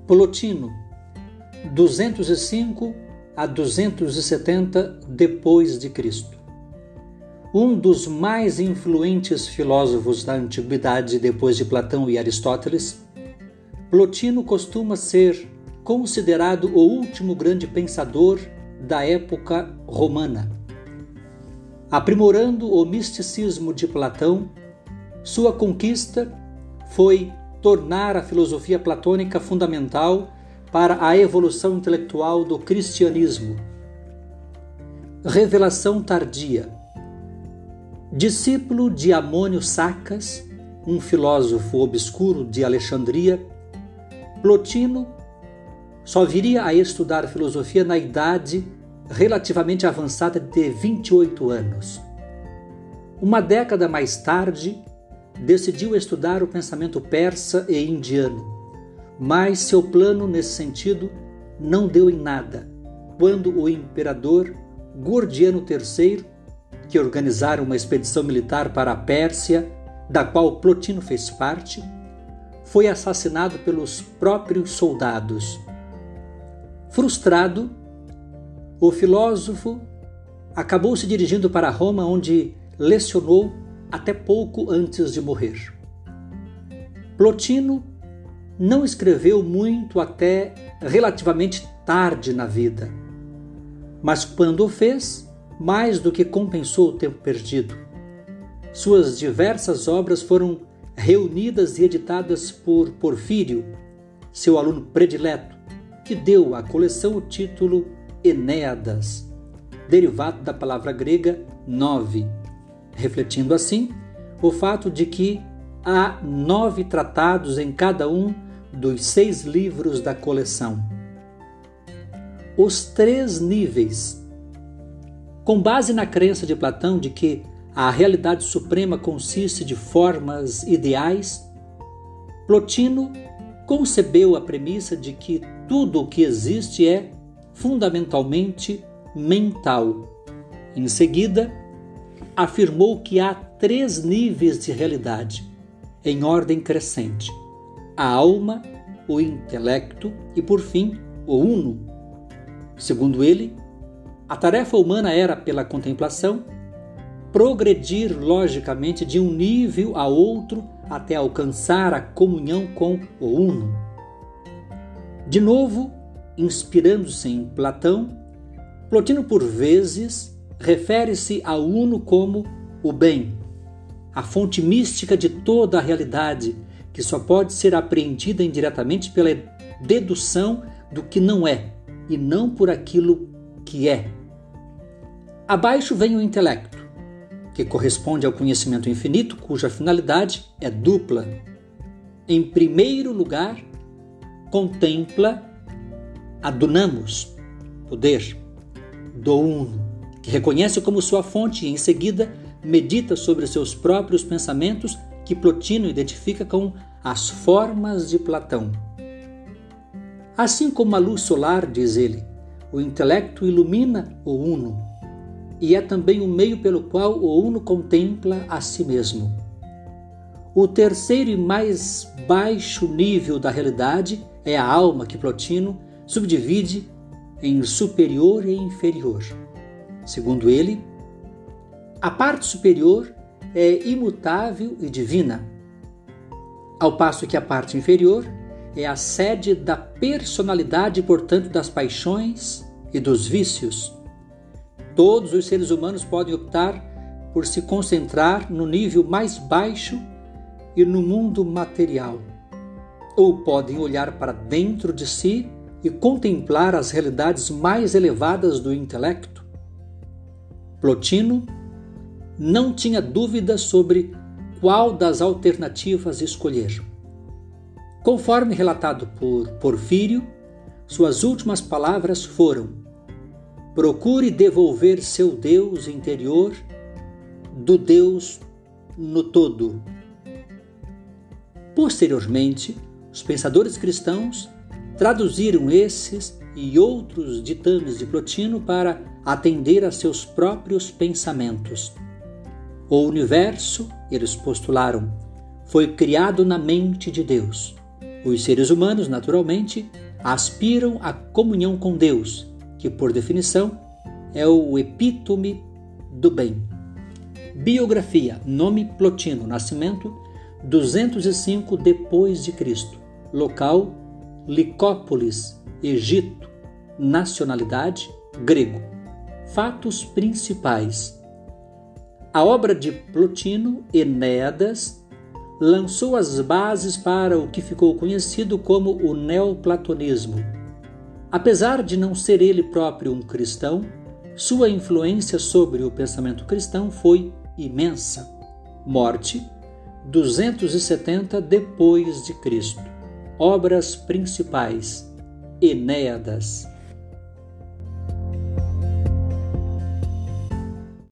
Plotino, 205 a 270 depois de Cristo. Um dos mais influentes filósofos da antiguidade depois de Platão e Aristóteles, Plotino costuma ser considerado o último grande pensador da época romana. Aprimorando o misticismo de Platão, sua conquista foi tornar a filosofia platônica fundamental para a evolução intelectual do cristianismo. Revelação tardia. Discípulo de Amônio Sacas, um filósofo obscuro de Alexandria, Plotino só viria a estudar filosofia na idade relativamente avançada de 28 anos. Uma década mais tarde, decidiu estudar o pensamento persa e indiano, mas seu plano nesse sentido não deu em nada, quando o imperador Gordiano III, que organizara uma expedição militar para a Pérsia, da qual Plotino fez parte, foi assassinado pelos próprios soldados. Frustrado, o filósofo acabou se dirigindo para Roma, onde lecionou até pouco antes de morrer. Plotino não escreveu muito até relativamente tarde na vida, mas quando o fez, mais do que compensou o tempo perdido. Suas diversas obras foram reunidas e editadas por Porfírio, seu aluno predileto, que deu à coleção o título Enéadas, derivado da palavra grega nove, refletindo assim o fato de que há 9 tratados em cada um dos 6 livros da coleção. Os 3 níveis. Com base na crença de Platão de que a realidade suprema consiste de formas ideais, Plotino concebeu a premissa de que tudo o que existe é fundamentalmente mental. Em seguida, afirmou que há 3 níveis de realidade, em ordem crescente: a alma, o intelecto e, por fim, o uno. Segundo ele, a tarefa humana era, pela contemplação, progredir logicamente de um nível a outro até alcançar a comunhão com o uno. De novo, inspirando-se em Platão, Plotino por vezes refere-se ao uno como o bem, a fonte mística de toda a realidade, que só pode ser apreendida indiretamente pela dedução do que não é, e não por aquilo que é. Abaixo vem o intelecto, que corresponde ao conhecimento infinito, cuja finalidade é dupla. Em primeiro lugar, contempla a dunamos, poder, do uno, que reconhece como sua fonte e, em seguida, medita sobre seus próprios pensamentos, que Plotino identifica com as formas de Platão. Assim como a luz solar, diz ele, o intelecto ilumina o uno, e é também o meio pelo qual o uno contempla a si mesmo. O terceiro e mais baixo nível da realidade é a alma, que Plotino subdivide em superior e inferior. Segundo ele, a parte superior é imutável e divina, ao passo que a parte inferior é a sede da personalidade e, portanto, das paixões e dos vícios. Todos os seres humanos podem optar por se concentrar no nível mais baixo e no mundo material, ou podem olhar para dentro de si e contemplar as realidades mais elevadas do intelecto. Plotino não tinha dúvida sobre qual das alternativas escolher. Conforme relatado por Porfírio, suas últimas palavras foram: procure devolver seu Deus interior do Deus no todo. Posteriormente, os pensadores cristãos traduziram esses e outros ditames de Plotino para atender a seus próprios pensamentos. O universo, eles postularam, foi criado na mente de Deus. Os seres humanos, naturalmente, aspiram à comunhão com Deus, que, por definição, é o epítome do bem. Biografia: nome Plotino, nascimento 205 d.C., local Licópolis, Egito, nacionalidade grego. Fatos principais: a obra de Plotino, Enéadas, lançou as bases para o que ficou conhecido como o neoplatonismo. Apesar de não ser ele próprio um cristão, sua influência sobre o pensamento cristão foi imensa. Morte: 270 d.C. Obras principais: Enéadas.